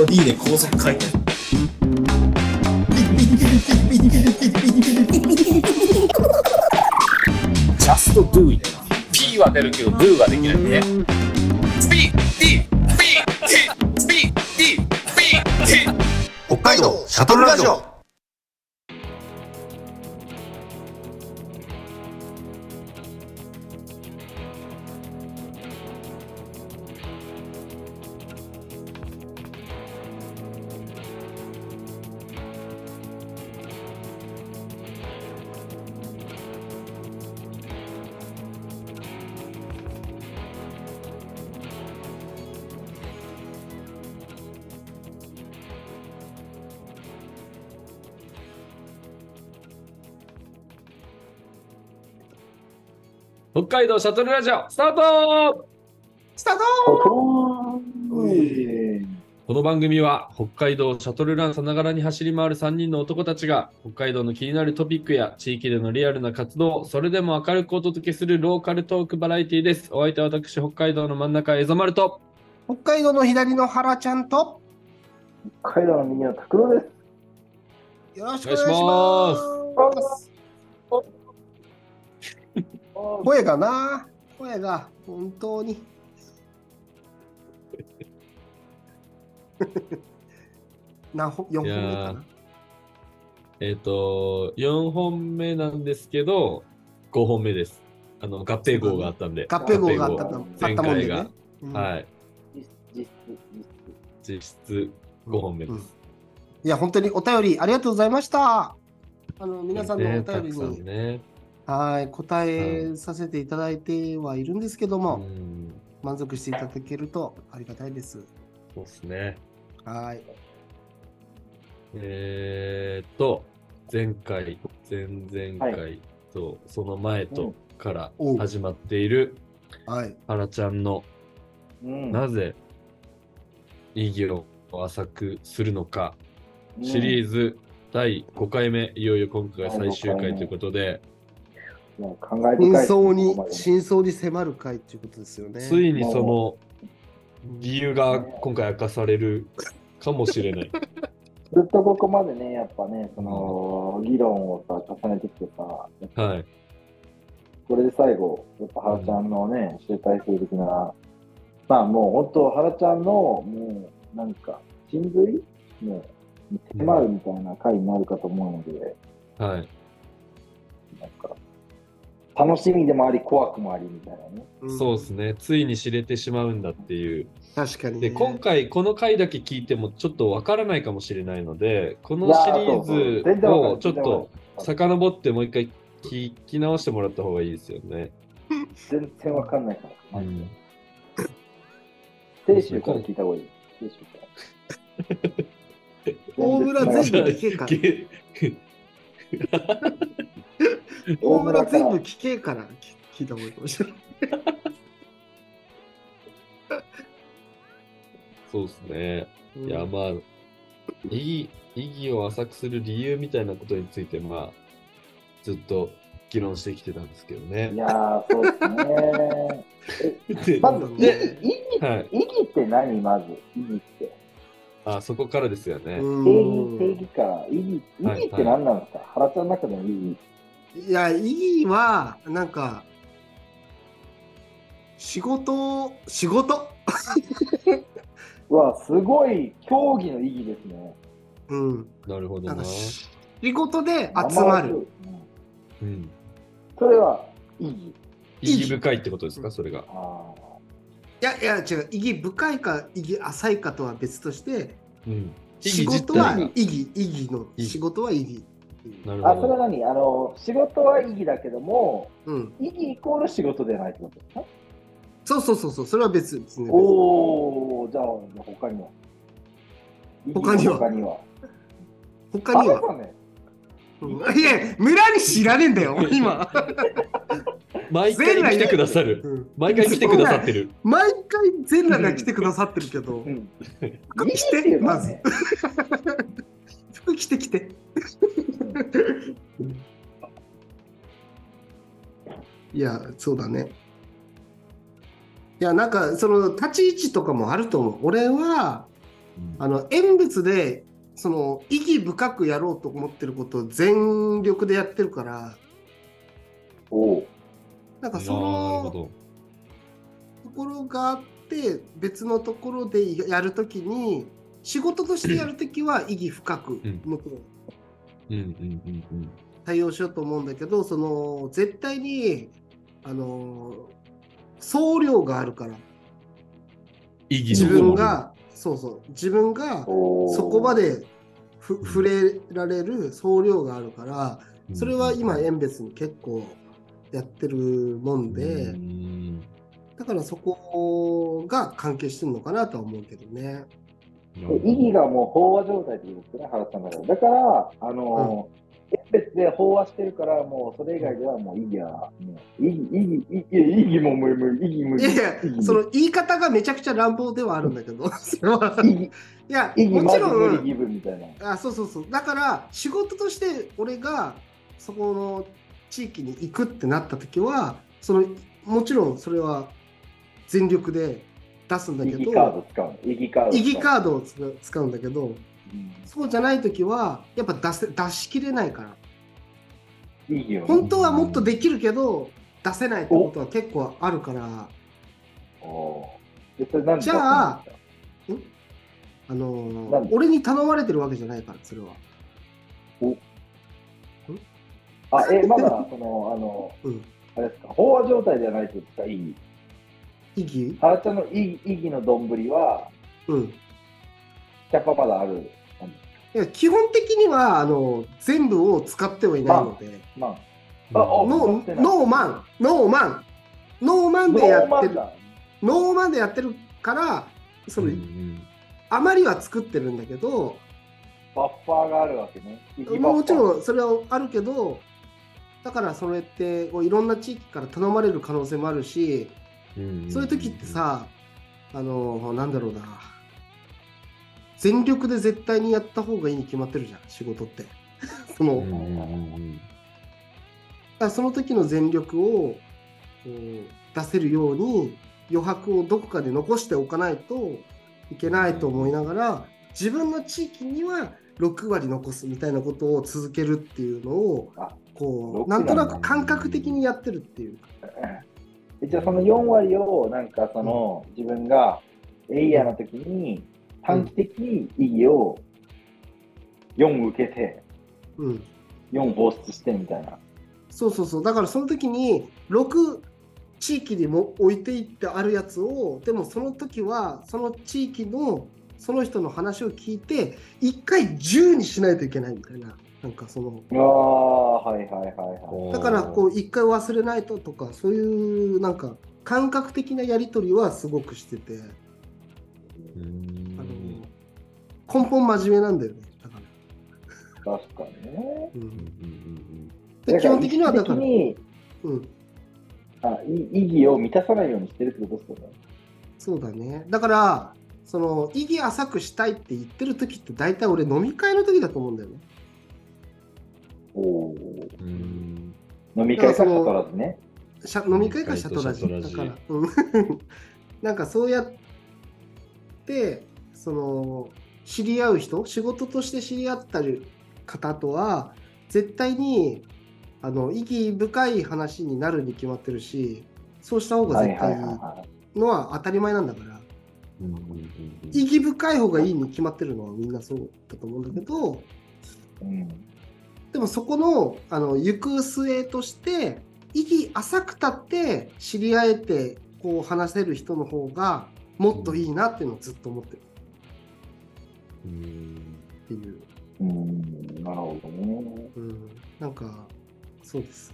D で高速回転。Just do it。P は出るけど Do はできないね。P D P T P D P T 北海道シャトルラジオ。 北海道シャトルラジオスタート。この番組は北海道シャトルランさながらに走り回る3人の男たちが北海道の気になるトピックや地域でのリアルな活動、それでも明るくお届けするローカルトークバラエティです。お相手は私、北海道の真ん中エゾマルと北海道の左の原ちゃんと北海道の右の拓郎です。 よろしくお願いします。声が本当に4本目かな。 4本目なんですけど5本目です。合併号があったんで。 合併号があったもんでね。 はい。実質5本目です。 いや本当にお便りありがとうございました。皆さんのお便りに、答えさせていただいてはいるんですけども、満足していただけるとありがたいです。 そうですね。 はい。 前回、前々回と、その前とから始まっている、原ちゃんの、なぜ意義を浅くするのか、シリーズ第5回目、いよいよ今回が最終回ということで、 真相に迫る回ということですよね。 ついにその理由が今回明かされるかもしれない。 ずっとここまでね、やっぱね、その議論をさ重ねてきてさ、 はい。 これで最後、やっぱ原ちゃんのね、集大成的な、まあもう本当原ちゃんのもうなんか真髄もう迫るみたいな回になるかと思うので、 はい。 なんか楽しみでもあり怖くもありみたいなね。 そうですね。ついに知れてしまうんだっていう。 確かに、ね。 で今回この回だけ聞いてもちょっとわからないかもしれないので、このシリーズをちょっと遡ってもう一回聞き直してもらった方がいいですよね。 全然わかんないから。聖書から聞いた方がいい。聖書から。 大村全部聞けから。大村全部聞けから聞いた方がいいかもしれない。 そうですね。いや、まあ、意義を浅くする理由みたいなことについて、まあ、ずっと議論してきてたんですけどね。 いやー、そうですね。まず、意義って何まず、意義って。 そこからですよね。 定義から、意義って何なんですか、原ちゃんの中での意義。 いや、意義は、なんか、仕事わ、すごい競技の意義ですね。 なるほどな。 仕事で集まる。 それは意義。 意義深いってことですか、それが。 いや違う。意義深いか意義浅いかとは別として、 仕事は意義の仕事は意義。 それは何？仕事は意義だけども、意義イコール仕事ではないってことですか？ そう、それは別ですね。 おー、じゃあ他には。いや、村に知らねえんだよ、今。 毎回来てくださる。毎回来てくださってる。 毎回全裸が来てくださってるけど。服着て、まず。服着て。いや、そうだね。いや、なんかその立ち位置とかもあると思う。俺は演別でその意義深くやろうと思ってることを全力でやってるから、なんかそのところがあって別のところでやるときに仕事としてやるときは意義深く対応しようと思うんだけど、その絶対に総量があるから、自分がそこまで触れられる総量があるから、それは今演別に結構やってるもんで、だからそこが関係してるのかなとは思うけどね。 意義がもう飽和状態ってことですね、原さんが。だから演別で飽和してるから、もうそれ以外ではもう意義は意義も無理。 いやその言い方がめちゃくちゃ乱暴ではあるんだけど、いやもちろんそうだから仕事として俺がそこの地域に行くってなった時は、もちろんそれは全力で出すんだけど、意義カードを使うんだけど、そうじゃない時はやっぱ出しきれないから。本当はもっとできるけど出せないってことは結構あるから。じゃあ俺に頼まれてるわけじゃないから、それは。 まだあれですか、飽和状態じゃないって言ったら意義原ちゃんの意義の丼はキャパまだある。 いや基本的には全部を使ってはいないので、ノーマンでやってるから、余りは作ってるんだけど、 バッファーがあるわけね。 もちろんそれはあるけど、だからそれっていろんな地域から頼まれる可能性もあるし、そういう時ってさ、なんだろうな、全力で絶対にやった方がいいに決まってるじゃん、仕事って。その時の全力を出せるように余白をどこかで残しておかないといけないと思いながら、自分の地域には6割残すみたいなことを続けるっていうのをなんとなく感覚的にやってるっていう。 じゃあその4割をなんか自分がエイヤーの時に短期的に意義を4受けて、4放出してみたいな。 そうだからその時に6地域にも置いていってあるやつを、でもその時はその地域のその人の話を聞いて1回10にしないといけないみたいな、なんかだから1回忘れないととか、そういうなんか感覚的なやり取りはすごくしてて、根本真面目なんだよね。だから確かにね。 基本的にはだから意義を満たさないようにしてるってことですよね。 そうだね。だから意義浅くしたいって言ってる時って大体俺飲み会の時だと思うんだよね。 飲み会かシャトラジね。 飲み会かシャトラジだからなんかそうやって知り合う人、仕事として知り合った方とは絶対に意義深い話になるに決まってるし、そうした方が絶対いいのは当たり前なんだから、意義深い方がいいに決まってるのはみんなそうだと思うんだけど、でもそこの行く末として意義浅くたって知り合えて話せる人の方がもっといいなっていうのをずっと思ってるっていう。 なるほどね。 なんかそうです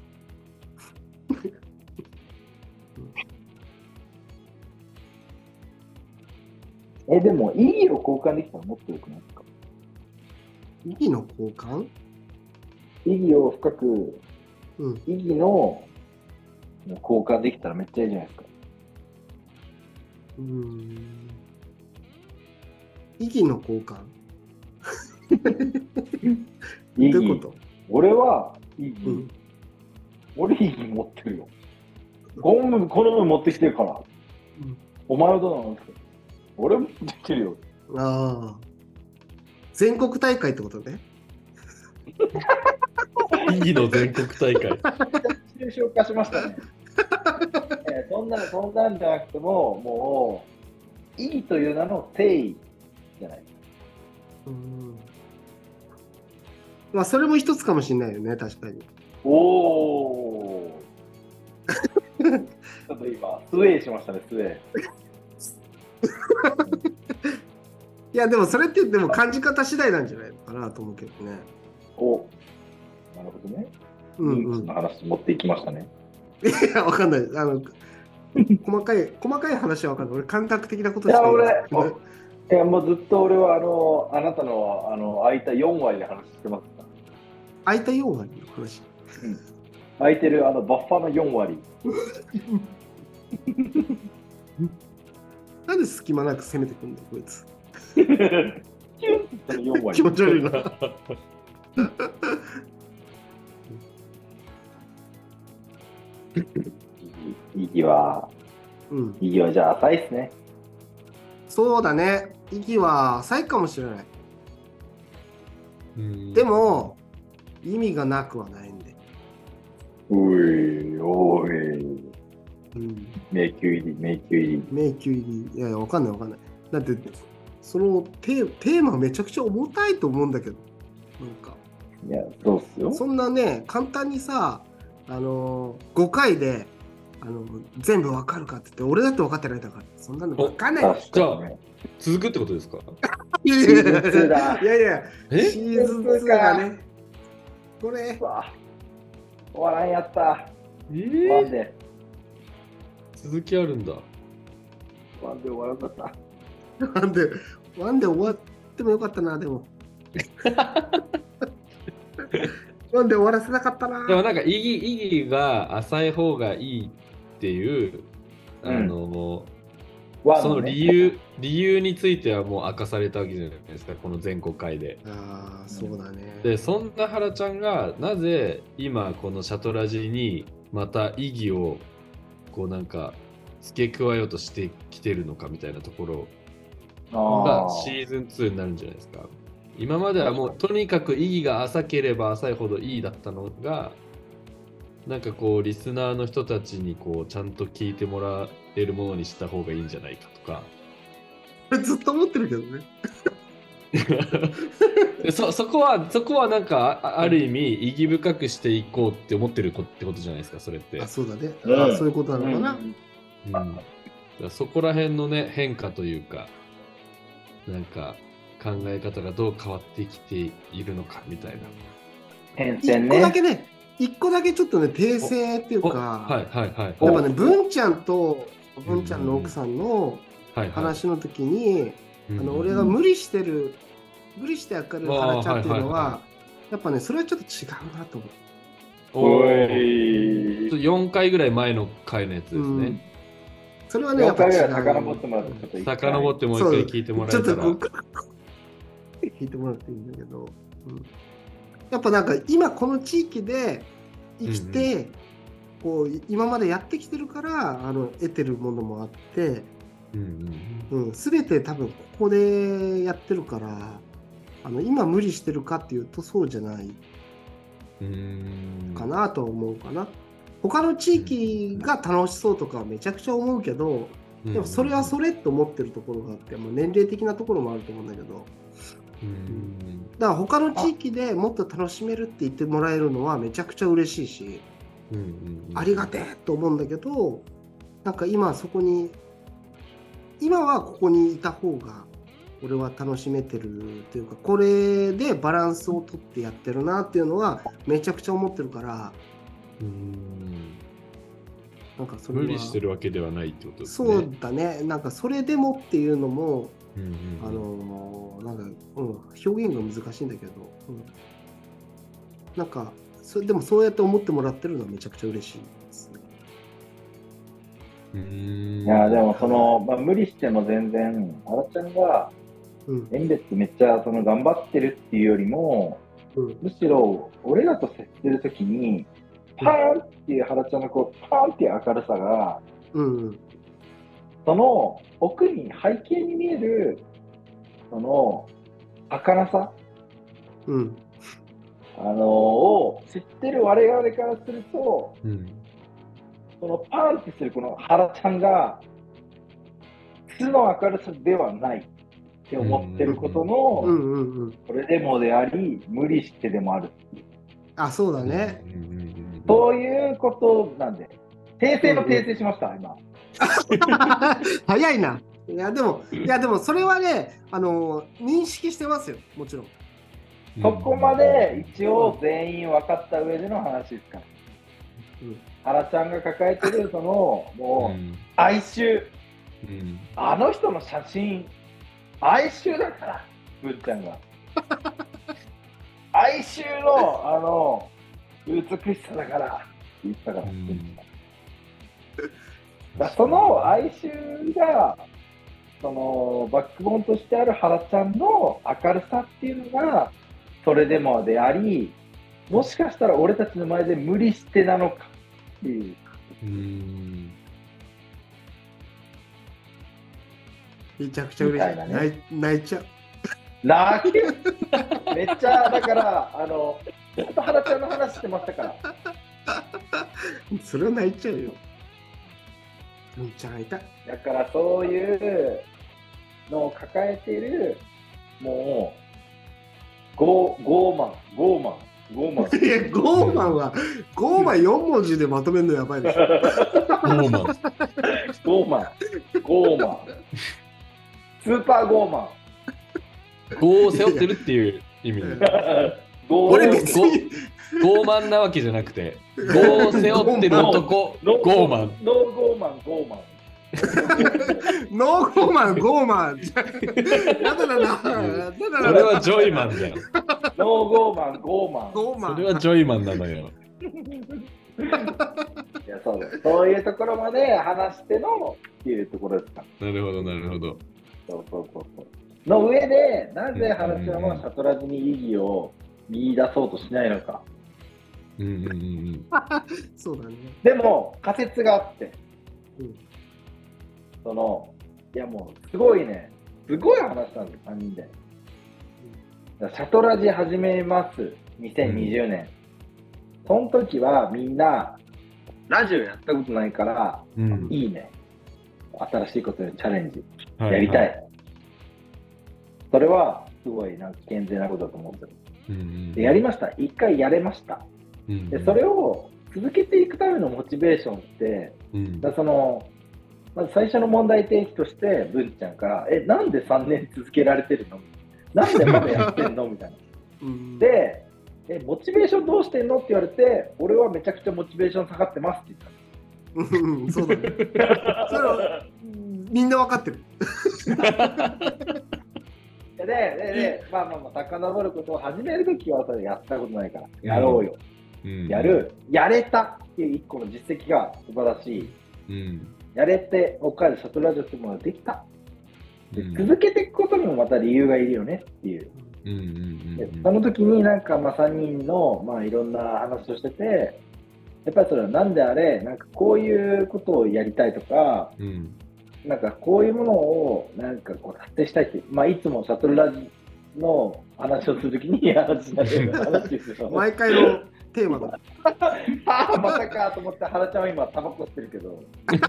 でも意義を交換できたらもっとよくないですか？ 意義の交換？ 意義を深く、意義の交換できたらめっちゃいいじゃないですか。 意義の交換意義。 どういうこと？ 俺は意義、俺意義持ってるよ。この分持ってきてるから。お前はどうなのって。俺も持ってきてるよ。 ああ。全国大会ってことね。 意義の全国大会。 抽象化しましたね。そんなんじゃなくても、もう、意義という名の誠意じゃない。 まあ、それも一つかもしれないよね、確かに。 おお。ちょっと今、スウェーしましたね、スウェー。 いや、でもそれってでも感じ方次第なんじゃないのかなと思うけどね。 お、なるほどね。認知の話持っていきましたね。 いや、わかんない。細かい話はわかんない。俺、感覚的なことしか言いや、もうずっと俺はあなたの空いた4割で話してます。 空いた4割の話。 空いてるバッファーの4割。 なんで隙間なく攻めてくんだこいつ。 4割気持ち悪いな。 意義はじゃあ浅いっすね。 そうだね。意義は浅いかもしれない。でも意味がなくはないんで。 おい。迷宮入り。 いや、わかんない。だってそのテーマめちゃくちゃ重たいと思うんだけど。なんか。 いや、そうっすよ。 そんなね、簡単にさ、5回で全部わかるかって言って、俺だって分かってないんだから、そんなの分かんない。 じゃあ、続くってことですか？ いや、シーズン2がね、これ。 終わらんやった。ワンで。 続きあるんだ。 ワンで終わらなかった。 ワンで終わってもよかったな、でも。ワンで終わらせなかったな。 でもなんか意義が浅い方がいいっていう、その理由についてはもう明かされたわけじゃないですか、この全国会で。 ああ、そうだね。 で、そんな原ちゃんがなぜ今このシャトラジにまた意義をこうなんか付け加えようとしてきてるのかみたいなところがシーズン2になるんじゃないですか。今まではもうとにかく意義が浅ければ浅いほどいいだったのが、なんかこうリスナーの人たちにこうちゃんと聞いてもらえるものにした方がいいんじゃないかとか。 ずっと思ってるけどね。 そこはなんかある意味意義深くしていこうって思ってるってことじゃないですか、それって。 あ、そうだね。そういうことなのかな。そこら辺のね変化というか、なんか考え方がどう変わってきているのかみたいな。 変遷ね。 一個だけちょっとね訂正っていうか、やっぱね文ちゃんと文ちゃんの奥さんの話の時に、俺が無理して明るい原ちゃんっていうのは、やっぱねそれはちょっと違うなと思う。 4回ぐらい前の回のやつですね。 それはねやっぱ違う。 遡ってもらって遡ってもう一回聞いてもらえたら。ちょっと聞いてもらっていいんだけど、やっぱなんか今この地域で生きて、こう今までやってきてるから得てるものもあって、全て多分ここでやってるから今無理してるかっていうとそうじゃないかなと思うかな。他の地域が楽しそうとかはめちゃくちゃ思うけど、でもそれはそれと思ってるところがあって、もう年齢的なところもあると思うんだけど、だから他の地域でもっと楽しめるって言ってもらえるのはめちゃくちゃ嬉しいし、ありがてえと思うんだけど、なんか今はここにいた方が俺は楽しめてるっていうか、これでバランスをとってやってるなっていうのはめちゃくちゃ思ってるから、なんかそれは無理してるわけではないってことですね。 そうだね。なんかそれでもっていうのも、なんか、表現が難しいんだけど、なんかでもそうやって思ってもらってるのはめちゃくちゃ嬉しいですね。 いやでも無理しても全然原ちゃんが演別めっちゃ頑張ってるっていうよりも、むしろ俺らと接するときにパーンっていう原ちゃんのパーンっていう明るさが、その奥に背景に見えるの儚さ、を知ってる我々からすると、そのパンってするこの原ちゃんが素の明るさではないって思ってることのそれでもであり無理してでもある。 あ、そうだね。 そういうことなんで訂正の訂正しました、今。 早いな。いやでもそれはね、認識してますよ、もちろん。 そこまで一応全員分かった上での話ですから。原ちゃんが抱えてるそのもう哀愁、あの人の写真哀愁だから、ぶっちゃんが哀愁の美しさだからって言ったから、その哀愁がそのバックボーンとしてある原ちゃんの明るさっていうのがそれでもであり、もしかしたら俺たちの前で無理してなのかっていう。 めちゃくちゃ嬉しい。ね、泣いちゃう。 泣けるめっちゃ、だからずっと原ちゃんの話してましたから。 それは泣いちゃうよ。めっちゃ泣いた。 だからそういうのを抱えている、もうゴーマン。 いや、ゴーマン4文字でまとめるのやばいでしょ。 ゴーマン。スーパーゴーマン。 5を背負ってるっていう意味で。 俺別に傲慢なわけじゃなくて、5を背負ってる男、ゴーマン。 ノーゴーマン。 ノーゴーマン、ゴーマン。やだな。 それはジョイマンだよ。 ノーゴーマン、ゴーマン。 それはジョイマンなのよ。 いや、そういうところまで話してのっていうところですか。 なるほど。 そうの上で、なぜ原ちゃんはシャトラジに意義を見出そうとしないのか。 そうだね。 でも仮説があって、いやもうすごい話なんです、3人で。シャトラジ始めます、2020年。その時はみんな、ラジオやったことないから、いいね。新しいことにチャレンジ、やりたい。それはすごい健全なことだと思ってる。でやりました。一回やれました。でそれを続けていくためのモチベーションって、まず最初の問題提起として、文ちゃんから、なんで3年続けられてるの？なんでまだやってんのみたいな。で、モチベーションどうしてんのって言われて、俺はめちゃくちゃモチベーション下がってますって言った。 そうだね。それはみんな分かってる。 で、遡ることを始めるときはそれやったことないから、やろうよ。やれたっていう一個の実績が素晴らしい。やれて、北海道シャトルラジオっていうものができた。続けていくことにもまた理由がいるよねっていう。その時に3人の、いろんな話をしてて、やっぱりそれはなんであれ、こういうことをやりたいとか、こういうものを達成したいって、いつもシャトルラジの話をするときに話になる話ですよ。 毎回のテーマだ。 またかと思って、原ちゃんは今タバコ吸ってるけど。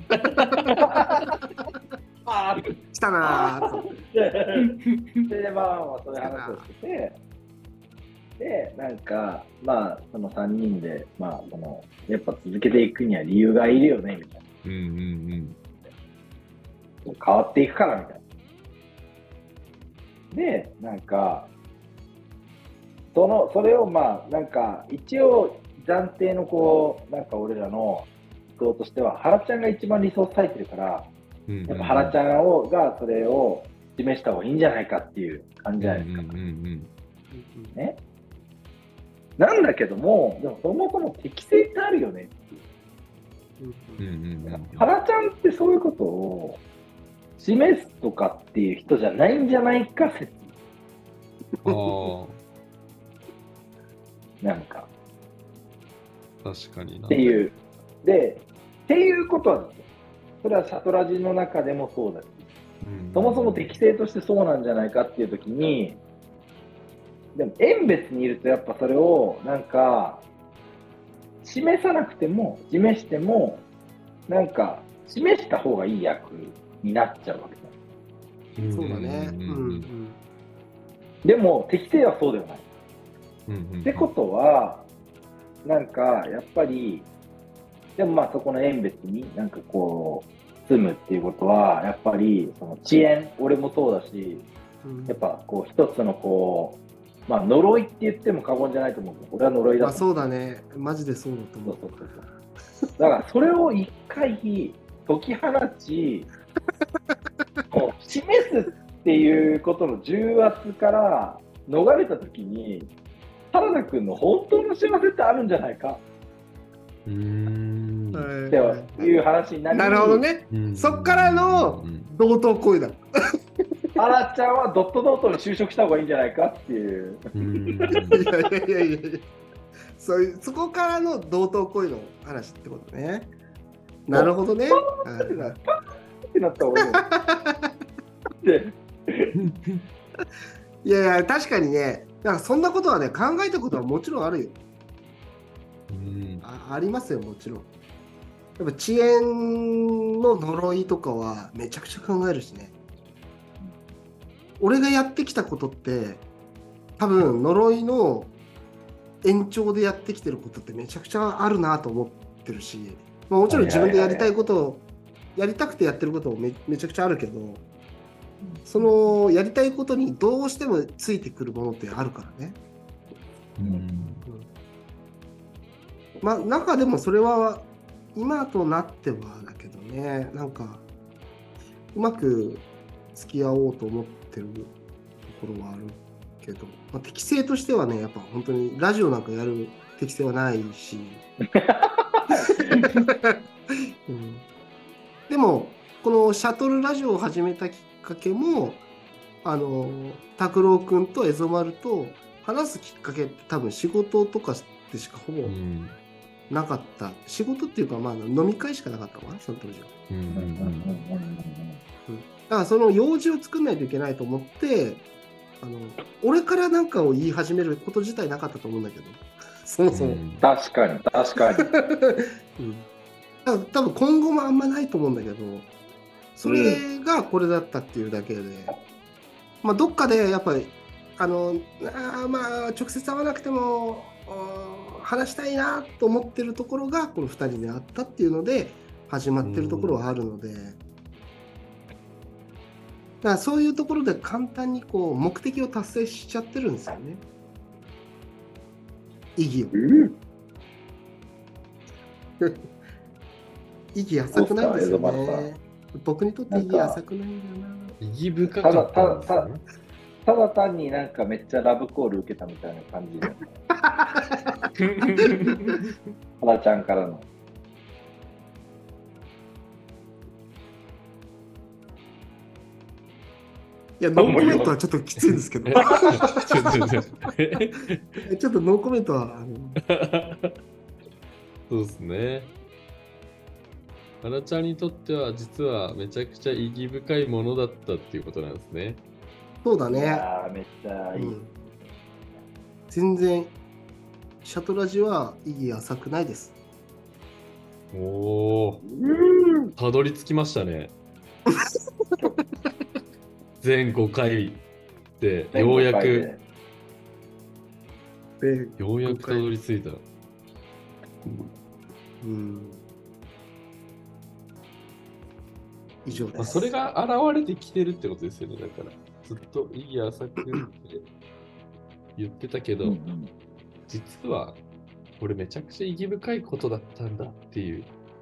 したなーって。 で、そういう話をしてて、で、その3人で、やっぱ続けていくには理由がいるよね、みたいな。変わっていくからみたいな。で、それを一応暫定の俺らの理想としては、原ちゃんが一番理想されてるから、やっぱ原ちゃんがそれを示した方がいいんじゃないかっていう感じじゃないですか。ね。なんだけども、でもそもそも適性ってあるよねっていう。原ちゃんってそういうことを示すとかっていう人じゃないんじゃないか説。 確かにな。 っていう。で、っていうことはですよ。それはシャトラジの中でもそうだし、 そもそも適性としてそうなんじゃないかっていうときに、でも縁別にいるとやっぱそれをなんか示さなくても示してもなんか示した方がいい役になっちゃうわけだ。そうだね。 でも適性はそうではない。ってことはなんかやっぱりでもまあそこの縁別になんかこう住むっていうことはやっぱりその遅延、俺もそうだし、やっぱこう一つのこうまあ呪いって言っても過言じゃないと思う。俺は呪いだと思う。 そうだね。マジでそうだと思う。 だからそれを一回解き放ち、もう示すっていうことの重圧から逃れたときに、原田君の本当の幸せってあるんじゃないかっていう話になり、 なるほどね。そっからの同等行為だ。 あらちゃんはドットノートに就職した方がいいんじゃないかっていう。 いやそこからの同等行為の話ってことね。なるほどね。 パーってなった方がいい。 いや確かにね、なんかそんなことはね考えたことはもちろんあるよ。ありますよ、もちろん。やっぱ遅延の呪いとかはめちゃくちゃ考えるしね。俺がやってきたことって多分呪いの延長でやってきてることってめちゃくちゃあるなと思ってるし、まあ、もちろん自分でやりたいことをやりたくてやってることも めちゃくちゃあるけど、そのやりたいことにどうしてもついてくるものってあるからね。まあ中でもそれは今となってはだけどね、なんかうまく付き合おうと思ってるところはあるけど、まあ、適性としてはねやっぱ本当にラジオなんかやる適性はないし、でもこのシャトルラジオを始めたきっかけも拓郎くんとエゾマルと話すきっかけって多分仕事とかでしかほぼなかった、仕事っていうかまあ飲み会しかなかったのかなその当時は。だからその用事を作んないといけないと思って俺から何かを言い始めること自体なかったと思うんだけど、そもそも。 確かに確かに。 多分今後もあんまないと思うんだけど、それがこれだったっていうだけで、まあどっかでやっぱりまあ直接会わなくても話したいなと思ってるところがこの2人であったっていうので始まってるところはあるので、だからそういうところで簡単にこう目的を達成しちゃってるんですよね、意義を。意義浅くないんですよね。僕にとって意義浅くないんだよな。 意義深かったんですよね。 ただ単になんかめっちゃラブコール受けたみたいな感じで。原ちゃんからの。 いや、ノーコメントはちょっときついんですけど。ちょっとノーコメントは。 そうですね。原ちゃんにとっては実はめちゃくちゃ意義深いものだったっていうことなんですね。 そうだね。 めっちゃいい。 全然シャトラジは意義浅くないです。 おお。たどり着きましたね。全5回でようやくたどり着いた。 以上です。 まあ、それが現れてきてるってことですよね。だからずっと意義浅くって言ってたけど、実はこれめちゃくちゃ意義深いことだったんだっていう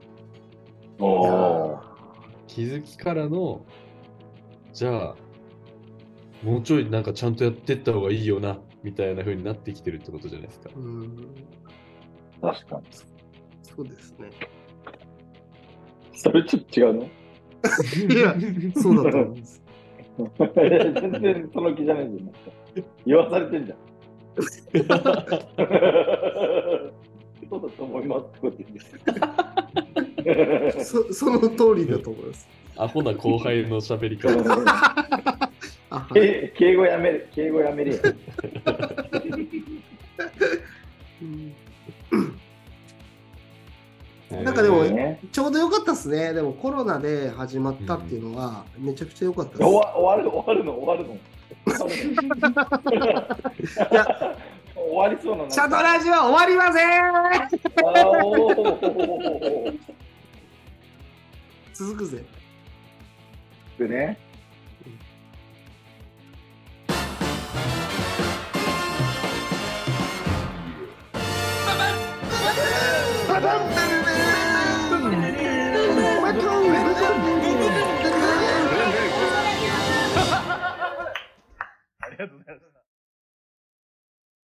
気づきからの、じゃあもうちょいなんかちゃんとやってった方がいいよなみたいな風になってきてるってことじゃないですか。 確かに。 そうですね。 それちょっと違うの？ いや、そうだと思います。 全然その気じゃないんじゃないですか。言わされてんじゃん。そうだと思いますってこと言うんです。 その通りだと思います。 アホな後輩の喋り方。 敬語やめる。敬語やめるよ。 なんかでも、ちょうどよかったっすね。でもコロナで始まったっていうのは、めちゃくちゃ良かったです。 終わるの。いや、終わりそうな。 シャトラジは終わりません。続くぜ。 でね。ありがとうございます。